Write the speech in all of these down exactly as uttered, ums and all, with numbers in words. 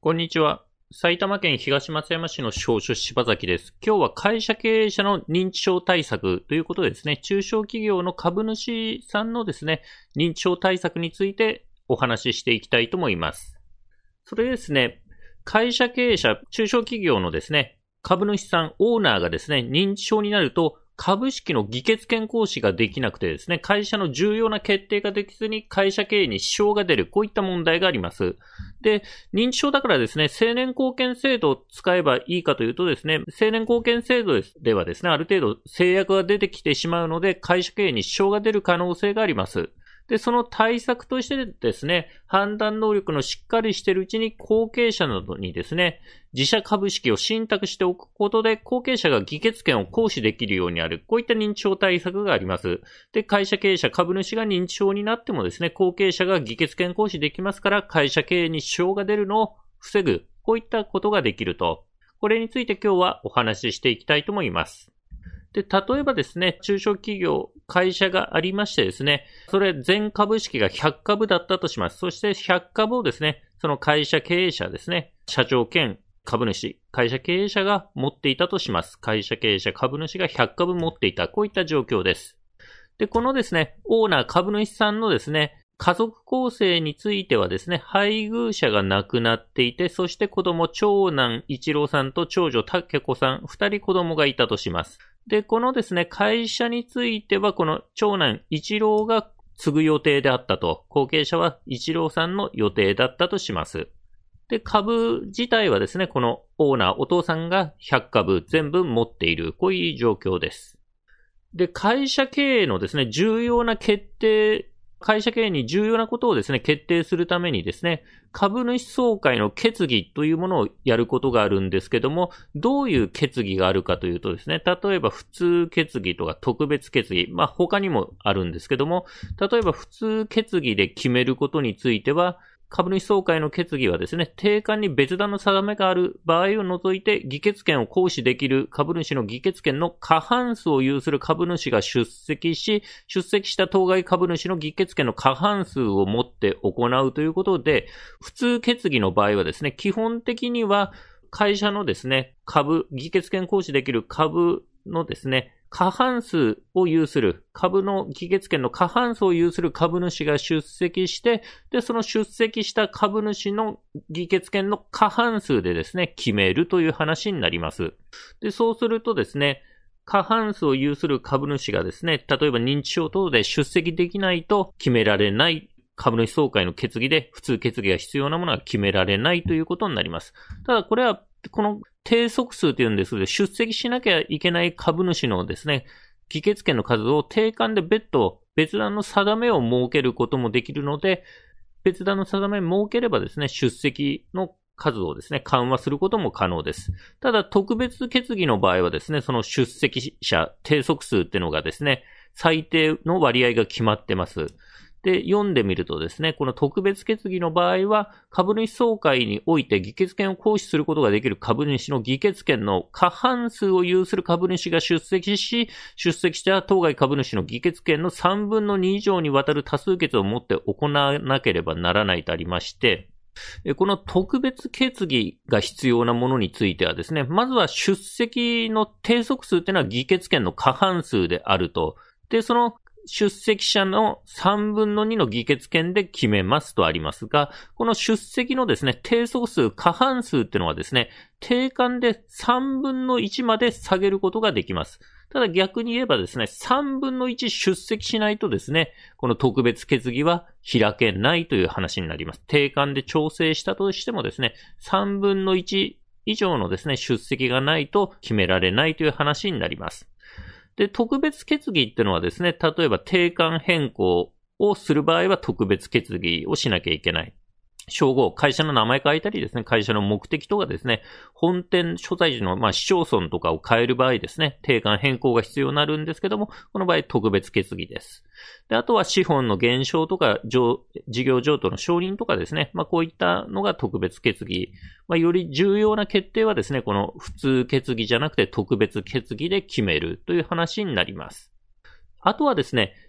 こんにちは。埼玉県東松山市の商所柴崎です。今日は会社経営者の認知症対策ということでですね、中小企業の株主さんのですね、認知症対策についてお話ししていきたいと思います。それでですね、会社経営者、中小企業のですね、株主さん、オーナーがですね、認知症になると、株式の議決権行使ができなくてですね、会社の重要な決定ができずに会社経営に支障が出る、こういった問題があります。で、認知症だからですね、成年後見制度を使えばいいかというとですね、成年後見制度ではですね、ある程度制約が出てきてしまうので、会社経営に支障が出る可能性があります。で、その対策としてですね、判断能力のしっかりしているうちに後継者などにですね、自社株式を信託しておくことで後継者が議決権を行使できるようになる。こういった認知症対策があります。で、会社経営者、株主が認知症になってもですね、後継者が議決権行使できますから、会社経営に支障が出るのを防ぐ。こういったことができると。これについて今日はお話ししていきたいと思います。で、例えばですね、中小企業、会社がありましてですね、それ全株式がひゃくかぶだったとします。そしてひゃくかぶをですね、その会社経営者ですね、社長兼株主、会社経営者が持っていたとします。会社経営者、株主がひゃくかぶ持っていた、こういった状況です。で、このですね、オーナー株主さんのですね、家族構成についてはですね、配偶者が亡くなっていて、そして子供、長男一郎さんと長女竹子さん、二人子供がいたとします。で、このですね、会社については、この長男一郎が継ぐ予定であったと、後継者は一郎さんの予定だったとします。で、株自体はですね、このオーナー、お父さんがひゃくかぶ全部持っている、こういう状況です。で、会社経営のですね、重要な決定、会社経営に重要なことをですね、決定するためにですね、株主総会の決議というものをやることがあるんですけども、どういう決議があるかというとですね、例えば普通決議とか特別決議、まあ他にもあるんですけども、例えば普通決議で決めることについては、株主総会の決議はですね、定款に別段の定めがある場合を除いて議決権を行使できる株主の議決権の過半数を有する株主が出席し、出席した当該株主の議決権の過半数を持って行うということで、普通決議の場合はですね、基本的には会社のですね、株、議決権行使できる株のですね、過半数を有する、株の議決権の過半数を有する株主が出席して、で、その出席した株主の議決権の過半数でですね、決めるという話になります。で、そうするとですね、過半数を有する株主がですね、例えば認知症等で出席できないと決められない株主総会の決議で普通決議が必要なものは決められないということになります。ただこれは、この定則数というんですけど、出席しなきゃいけない株主のですね、議決権の数を定款で別途、別段の定めを設けることもできるので、別段の定めを設ければですね、出席の数をですね、緩和することも可能です。ただ、特別決議の場合はですね、その出席者、定則数っていうのがですね、最低の割合が決まってます。で、読んでみるとですね、この特別決議の場合は、株主総会において議決権を行使することができる株主の議決権の過半数を有する株主が出席し、出席した当該株主の議決権のさんぶんのに以上にわたる多数決をもって行わなければならないとありまして、この特別決議が必要なものについてはですね、まずは出席の定則数というのは議決権の過半数であると。で、その出席者のさんぶんのにの議決権で決めますとありますが、この出席のですね、定則数、過半数っていうのはですね、定款でさんぶんのいちまで下げることができます。ただ逆に言えばですね、さんぶんのいち出席しないとですね、この特別決議は開けないという話になります。定款で調整したとしてもですね、さんぶんのいち以上のですね、出席がないと決められないという話になります。で、特別決議っていうのはですね、例えば定款変更をする場合は特別決議をしなきゃいけない。称号、会社の名前変えたりですね、会社の目的とかですね、本店所在地の、まあ、市町村とかを変える場合ですね、定款変更が必要になるんですけども、この場合特別決議です。で、あとは資本の減少とか、事業譲渡の承認とかですね、まあ、こういったのが特別決議。まあ、より重要な決定はですね、この普通決議じゃなくて特別決議で決めるという話になります。あとはですね、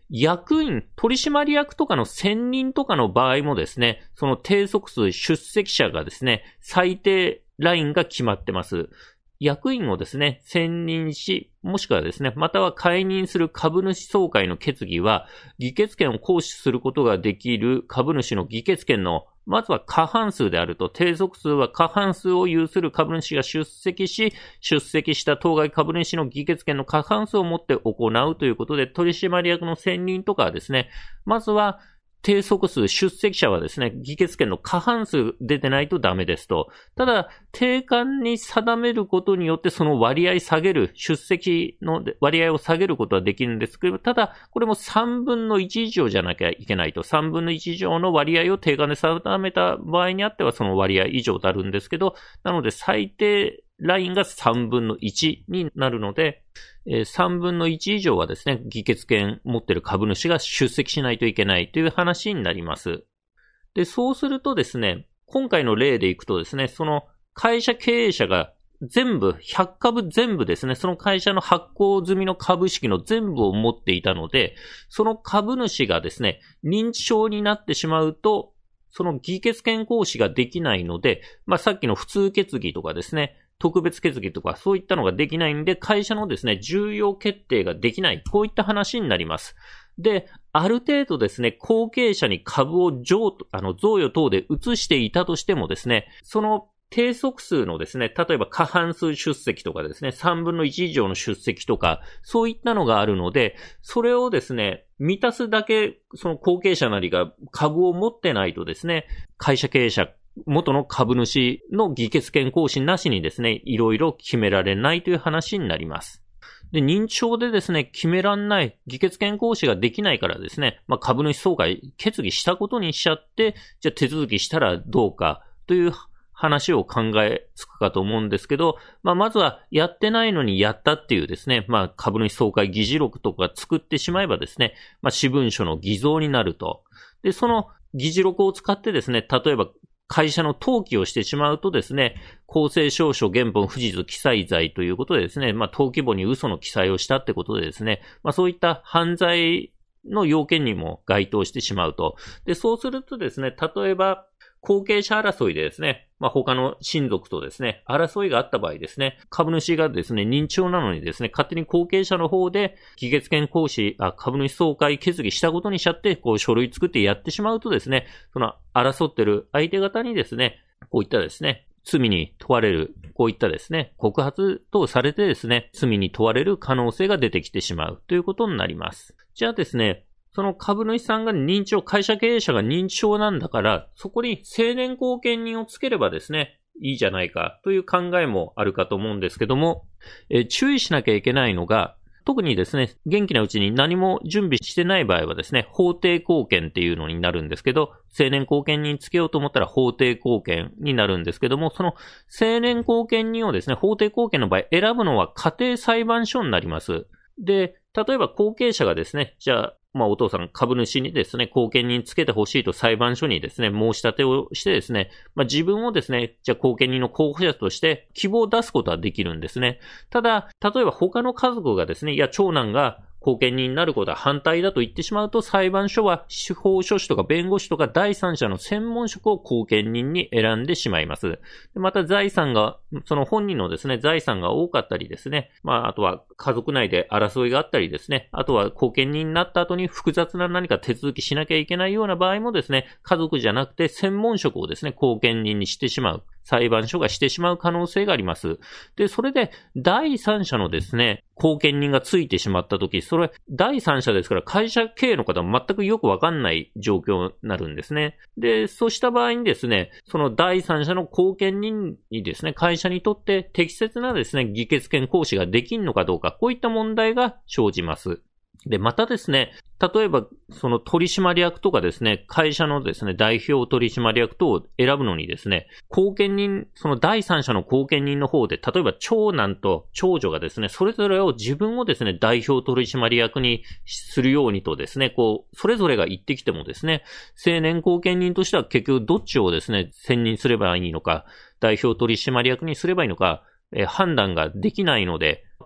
役員、取締役とかの選任とかの場合もですね、その定則数、出席者がですね、最低ラインが決まってます。役員をですね、選任し、もしくはですね、または解任する株主総会の決議は、議決権を行使することができる株主の議決権の、まずは過半数であると、定則数は過半数を有する株主が出席し、出席した当該株主の議決権の過半数をもって行うということで、取締役の選任とかはですね、まずは、定則数、出席者はですね、議決権の過半数出てないとダメですと。ただ、定款に定めることによってその割合下げる、出席の割合を下げることはできるんですけど、ただ、これもさんぶんのいち以上じゃなきゃいけないと。さんぶんのいち以上の割合を定款で定めた場合にあってはその割合以上となるんですけど、なので最低ラインがさんぶんのいちになるので、えー、さんぶんのいち以上はですね、議決権持っている株主が出席しないといけないという話になります。で、そうするとですね、今回の例でいくとですね、その会社経営者が全部、ひゃくかぶ全部ですね、その会社の発行済みの株式の全部を持っていたので、その株主がですね、認知症になってしまうと、その議決権行使ができないので、まあ、さっきの普通決議とかですね、特別決議とかそういったのができないんで、会社のですね、重要決定ができない。こういった話になります。で、ある程度ですね、後継者に株を譲渡、あの、贈与等で移していたとしてもですね、その定則数のですね、例えば過半数出席とかですね、さんぶんのいち以上の出席とか、そういったのがあるので、それをですね、満たすだけ、その後継者なりが株を持ってないとですね、会社経営者、元の株主の議決権行使なしにですね、いろいろ決められないという話になります。で、認知症でですね、決めらんない、議決権行使ができないからですね、まあ、株主総会決議したことにしちゃって、じゃあ手続きしたらどうかという話を考えつくかと思うんですけど、まあ、まずはやってないのにやったっていうですね、まあ、株主総会議事録とか作ってしまえばですね、まあ、私文書の偽造になると。で、その議事録を使ってですね、例えば会社の登記をしてしまうとですね、公正証書原本不実記載罪ということでですね、まあ、登記簿に嘘の記載をしたってことでですね、まあ、そういった犯罪の要件にも該当してしまうと。で、そうするとですね、例えば、後継者争いでですね、まあ、他の親族とですね、争いがあった場合ですね、株主がですね、認知症なのにですね、勝手に後継者の方で、議決権行使、あ、株主総会決議したことにしちゃって、こう書類作ってやってしまうとですね、その争ってる相手方にですね、こういったですね、罪に問われる、こういったですね、告発等されてですね、罪に問われる可能性が出てきてしまうということになります。じゃあですね、その株主さんが認知症、会社経営者が認知症なんだから、そこに成年後見人をつければですね、いいじゃないかという考えもあるかと思うんですけども、えー、注意しなきゃいけないのが、特にですね、元気なうちに何も準備してない場合はですね、法定後見っていうのになるんですけど、成年後見人つけようと思ったら法定後見になるんですけども、その成年後見人をですね、法定後見の場合選ぶのは家庭裁判所になります。で、例えば後継者がですね、じゃあ、まあお父さん株主にですね、後見人つけてほしいと裁判所にですね、申し立てをしてですね、まあ自分をですね、じゃあ後見人の候補者として希望を出すことはできるんですね。ただ、例えば他の家族がですね、いや長男が後見人になることは反対だと言ってしまうと、裁判所は司法書士とか弁護士とか第三者の専門職を後見人に選んでしまいます。また財産が、その本人のですね、財産が多かったりですね、まああとは家族内で争いがあったりですね、あとは後見人になった後に複雑な何か手続きしなきゃいけないような場合もですね、家族じゃなくて専門職をですね、後見人にしてしまう。裁判所がしてしまう可能性があります。で、それで第三者のですね、後見人がついてしまったとき、それ第三者ですから会社経営の方は全くよくわかんない状況になるんですね。で、そうした場合にですね、その第三者の後見人にですね、会社にとって適切なですね、議決権行使ができんのかどうか、こういった問題が生じます。で、またですね、例えば、その取締役とかですね、会社のですね、代表取締役等を選ぶのにですね、後見人、その第三者の後見人の方で、例えば長男と長女がですね、それぞれを自分をですね、代表取締役にするようにとですね、こう、それぞれが言ってきてもですね、成年後見人としては結局どっちをですね、選任すればいいのか、代表取締役にすればいいのか、えー、判断ができないので、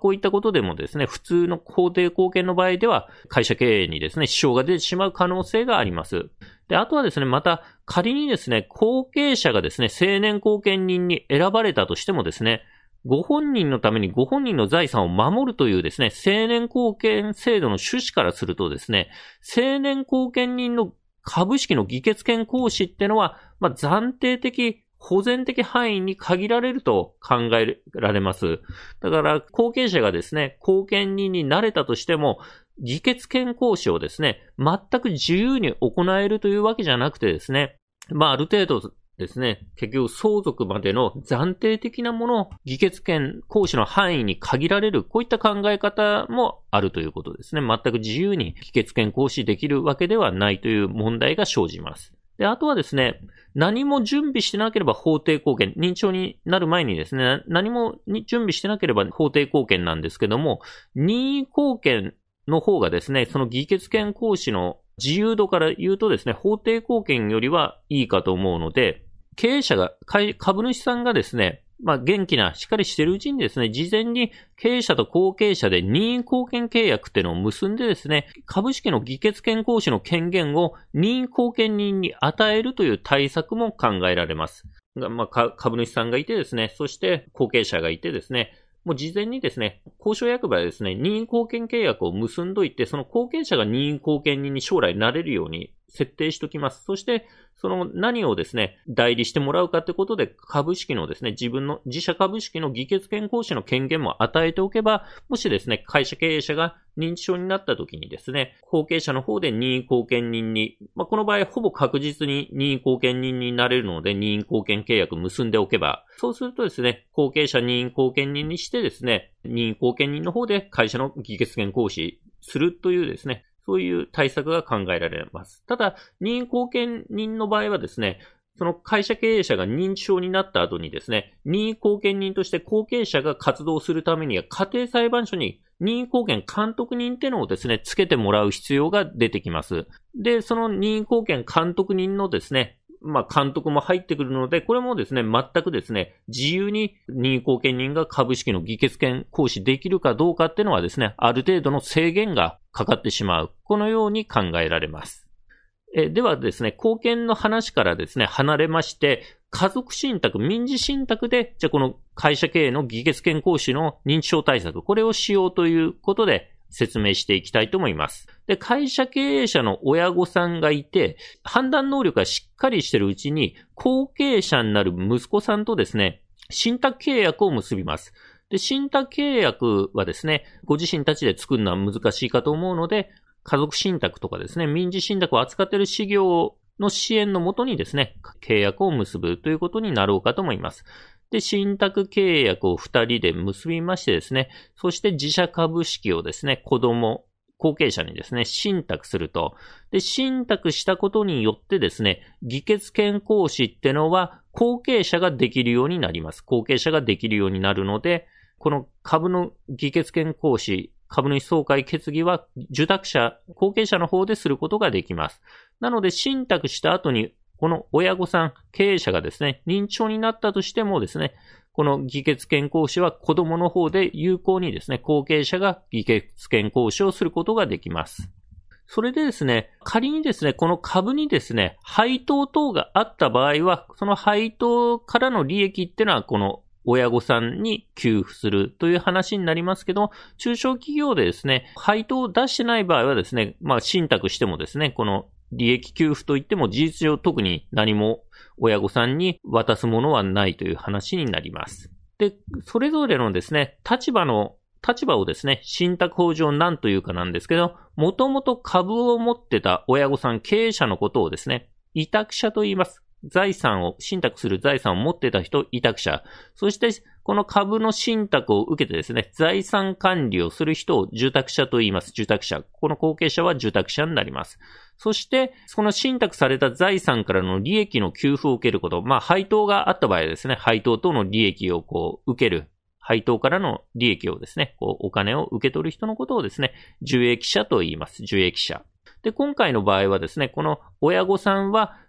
こういったことでもですね、普通の法定後見の場合では会社経営にですね、支障が出てしまう可能性があります。で、あとはですね、また仮にですね、後継者がですね、成年後見人に選ばれたとしてもですね、ご本人のためにご本人の財産を守るというですね、成年後見制度の趣旨からするとですね、成年後見人の株式の議決権行使ってのは、まあ、暫定的、保全的範囲に限られると考えられます。だから、後継者がですね、後見人になれたとしても、議決権行使をですね、全く自由に行えるというわけじゃなくてですね、まあ、ある程度ですね、結局相続までの暫定的なものを議決権行使の範囲に限られる、こういった考え方もあるということですね。全く自由に議決権行使できるわけではないという問題が生じます。で、あとはですね、何も準備してなければ法定後見、認知症になる前にですね、何も準備してなければ法定後見なんですけども、任意後見の方がですね、その議決権行使の自由度から言うとですね、法定後見よりはいいかと思うので、経営者が、株主さんがですね、まあ元気な、しっかりしているうちにですね、事前に経営者と後継者で任意後見契約っていうのを結んでですね、株式の議決権行使の権限を任意後見人に与えるという対策も考えられます。まあ、株主さんがいてですね、そして後継者がいてですね、もう事前にですね、交渉役場でですね、任意後見契約を結んどいて、その後継者が任意後見人に将来なれるように設定しておきます。そして、その何をですね、代理してもらうかってことで、株式のですね、自分の自社株式の議決権行使の権限も与えておけば、もしですね、会社経営者が認知症になった時にですね、後継者の方で任意後見人に、まあ、この場合ほぼ確実に任意後見人になれるので、任意後見契約結んでおけば、そうするとですね、後継者任意後見人にしてですね、任意後見人の方で会社の議決権行使するというですね、そういう対策が考えられます。ただ、任意後見人の場合はですね、その会社経営者が認知症になった後にですね、任意後見人として後継者が活動するためには家庭裁判所に任意後見監督人ってのをですね、つけてもらう必要が出てきます。で、その任意後見監督人のですね、まあ、監督も入ってくるので、これもですね、全くですね、自由に任意後見人が株式の議決権行使できるかどうかっていうのはですね、ある程度の制限がかかってしまう。このように考えられます。えではですね、後見の話からですね、離れまして、家族信託、民事信託で、じゃあこの会社経営の議決権行使の認知症対策、これをしようということで、説明していきたいと思います。で、会社経営者の親御さんがいて、判断能力がしっかりしているうちに、後継者になる息子さんとですね、信託契約を結びます。で、信託契約はですね、ご自身たちで作るのは難しいかと思うので、家族信託とかですね、民事信託を扱っている事業の支援のもとにですね、契約を結ぶということになろうかと思います。で、信託契約をふたりで結びましてですね、そして自社株式をですね、子供、後継者にですね、信託すると。で、信託したことによってですね、議決権行使ってのは後継者ができるようになります。後継者ができるようになるので、この株の議決権行使、株主総会決議は受託者、後継者の方ですることができます。なので、信託した後にこの親御さん、経営者がですね、認知症になったとしてもですね、この議決権行使は子供の方で有効にですね、後継者が議決権行使をすることができます。それでですね、仮にですね、この株にですね、配当等があった場合は、その配当からの利益っていうのは、この親御さんに給付するという話になりますけど、中小企業でですね、配当を出してない場合はですね、まあ信託してもですね、この利益給付といっても事実上特に何も親御さんに渡すものはないという話になります。で、それぞれのですね、立場の、立場をですね、信託法上何というかなんですけど、もともと株を持ってた親御さん、経営者のことをですね、委託者と言います。財産を、信託する財産を持ってた人、委託者。そして、この株の信託を受けてですね、財産管理をする人を受託者と言います。受託者。この後継者は受託者になります。そして、その信託された財産からの利益の給付を受けること。まあ、配当があった場合ですね、配当等の利益をこう、受ける。配当からの利益をですね、こう、お金を受け取る人のことをですね、受益者と言います。受益者。で、今回の場合はですね、この親御さんは、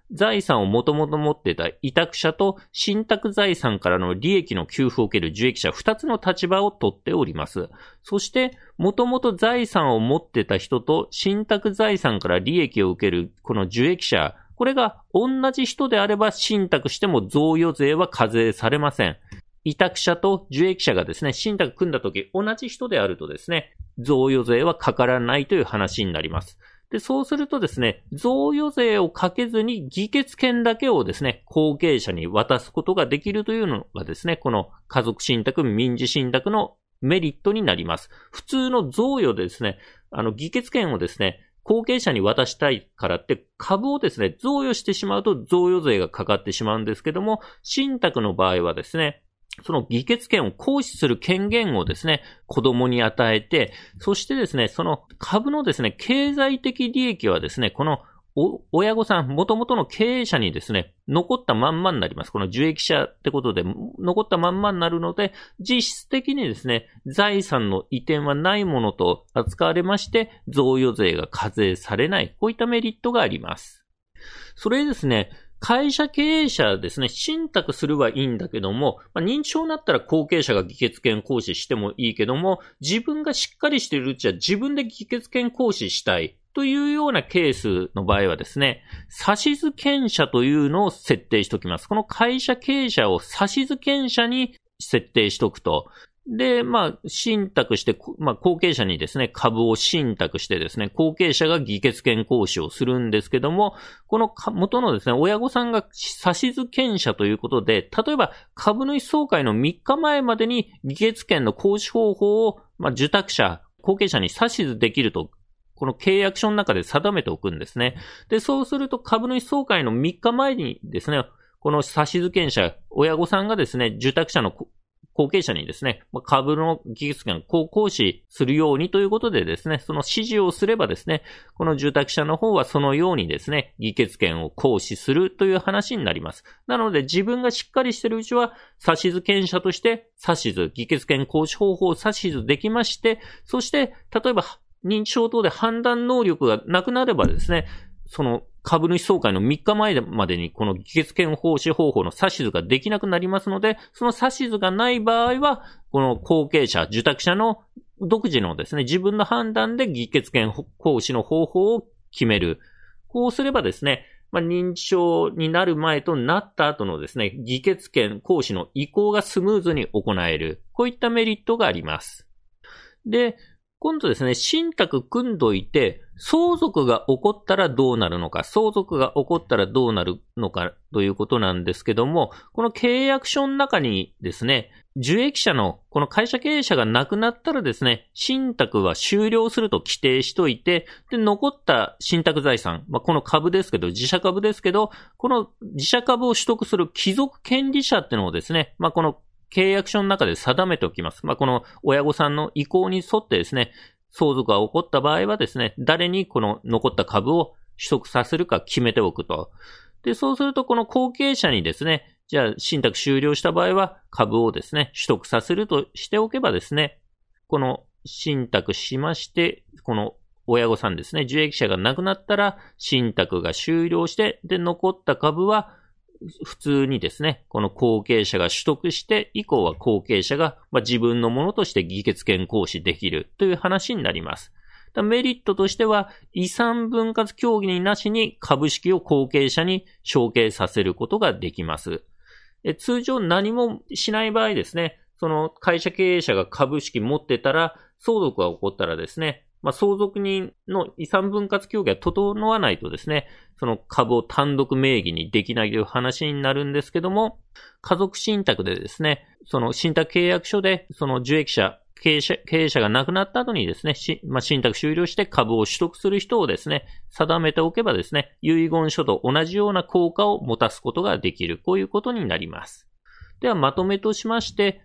財産をもともと持っていた委託者と信託財産からの利益の給付を受ける受益者ふたつの立場を取っております。そして、もともと財産を持っていた人と信託財産から利益を受けるこの受益者、これが同じ人であれば信託しても贈与税は課税されません。委託者と受益者がですね、信託組んだとき同じ人であるとですね、贈与税はかからないという話になります。で、そうするとですね、贈与税をかけずに議決権だけをですね、後継者に渡すことができるというのがですね、この家族信託、民事信託のメリットになります。普通の贈与でですね、あの、議決権をですね、後継者に渡したいからって株をですね、贈与してしまうと贈与税がかかってしまうんですけども、信託の場合はですね、その議決権を行使する権限をですね、子供に与えて、そしてですね、その株のですね、経済的利益はですね、このお親御さん、元々の経営者にですね、残ったまんまになります。この受益者ってことで、残ったまんまになるので、実質的にですね、財産の移転はないものと扱われまして、贈与税が課税されない。こういったメリットがあります。それですね、会社経営者ですね、信託するはいいんだけども、まあ、認知症になったら後継者が議決権行使してもいいけども、自分がしっかりしているうちは自分で議決権行使したいというようなケースの場合はですね、指図権者というのを設定しておきます。この会社経営者を指図権者に設定しておくと。で、まあ、信託して、まあ、後継者にですね、株を信託してですね、後継者が議決権行使をするんですけども、この元のですね、親御さんが指図権者ということで、例えば株主総会のみっかまえまでに議決権の行使方法を、まあ、受託者、後継者に指図できると、この契約書の中で定めておくんですね。で、そうすると株主総会のみっかまえにですね、この指図権者、親御さんがですね、受託者の後継者にですね、株の議決権を行使するようにということでですね、その指示をすればですね、この受託者の方はそのようにですね、議決権を行使するという話になります。なので自分がしっかりしているうちは、指図権者として指図、議決権行使方法を指図できまして、そして例えば認知症等で判断能力がなくなればですね、その株主総会のみっかまえまでにこの議決権行使方法の指図ができなくなりますので、その指図がない場合は、この後継者、受託者の独自のですね、自分の判断で議決権行使の方法を決める。こうすればですね、まあ、認知症になる前となった後のですね、議決権行使の移行がスムーズに行える。こういったメリットがあります。で、今度ですね、信託組んどいて、相続が起こったらどうなるのか、相続が起こったらどうなるのかということなんですけども、この契約書の中にですね、受益者のこの会社経営者が亡くなったらですね、信託は終了すると規定しといて、で、残った信託財産、まあ、この株ですけど、自社株ですけど、この自社株を取得する帰属権利者ってのをですね、まあ、この契約書の中で定めておきます。まあ、この親御さんの意向に沿ってですね、相続が起こった場合はですね、誰にこの残った株を取得させるか決めておくと。で、そうするとこの後継者にですね、じゃあ信託終了した場合は株をですね、取得させるとしておけばですね、この信託しまして、この親御さんですね、受益者が亡くなったら信託が終了して、で、残った株は普通にですね、この後継者が取得して、以降は後継者が自分のものとして議決権行使できるという話になります。メリットとしては、遺産分割協議になしに株式を後継者に承継させることができます。え通常何もしない場合ですね、その会社経営者が株式持ってたら、相続が起こったらですね、まあ、相続人の遺産分割協議が整わないとですね、その株を単独名義にできないという話になるんですけども、家族信託でですね、その信託契約書で、その受益者、経営者、経営者が亡くなった後にですね、しまあ、信託終了して株を取得する人をですね、定めておけばですね、遺言書と同じような効果を持たすことができる。こういうことになります。ではまとめとしまして、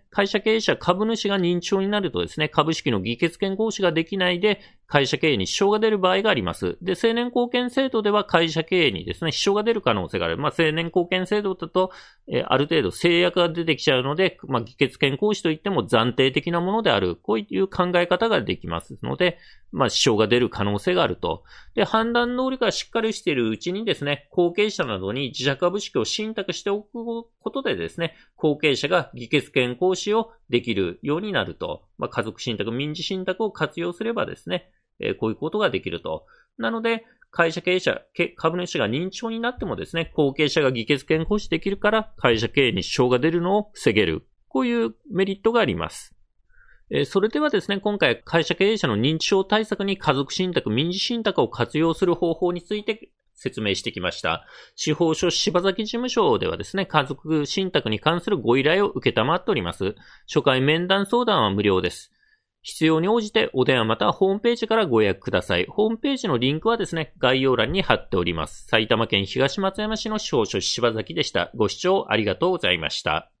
会社経営者、株主が認知症になるとですね、株式の議決権行使ができないで、会社経営に支障が出る場合があります。で、成年後見制度では会社経営にですね、支障が出る可能性がある。まあ、成年後見制度だと、えー、ある程度制約が出てきちゃうので、まあ、議決権行使といっても暫定的なものである。こういう考え方ができますので、まあ、支障が出る可能性があると。で、判断能力がしっかりしているうちにですね、後継者などに自社株式を信託しておくことでですね、後継者が議決権行使をできるようになると。まあ、家族信託、民事信託を活用すればですね、えー、こういうことができると。なので、会社経営者、株主が認知症になってもですね、後継者が議決権行使できるから、会社経営に支障が出るのを防げる。こういうメリットがあります。えー、それではですね、今回会社経営者の認知症対策に家族信託、民事信託を活用する方法について説明してきました。司法書柴崎事務所ではですね、家族信託に関するご依頼を受けたまっております。初回面談相談は無料です。必要に応じてお電話またはホームページからご予約ください。ホームページのリンクはですね、概要欄に貼っております。埼玉県東松山市の司法書柴崎でした。ご視聴ありがとうございました。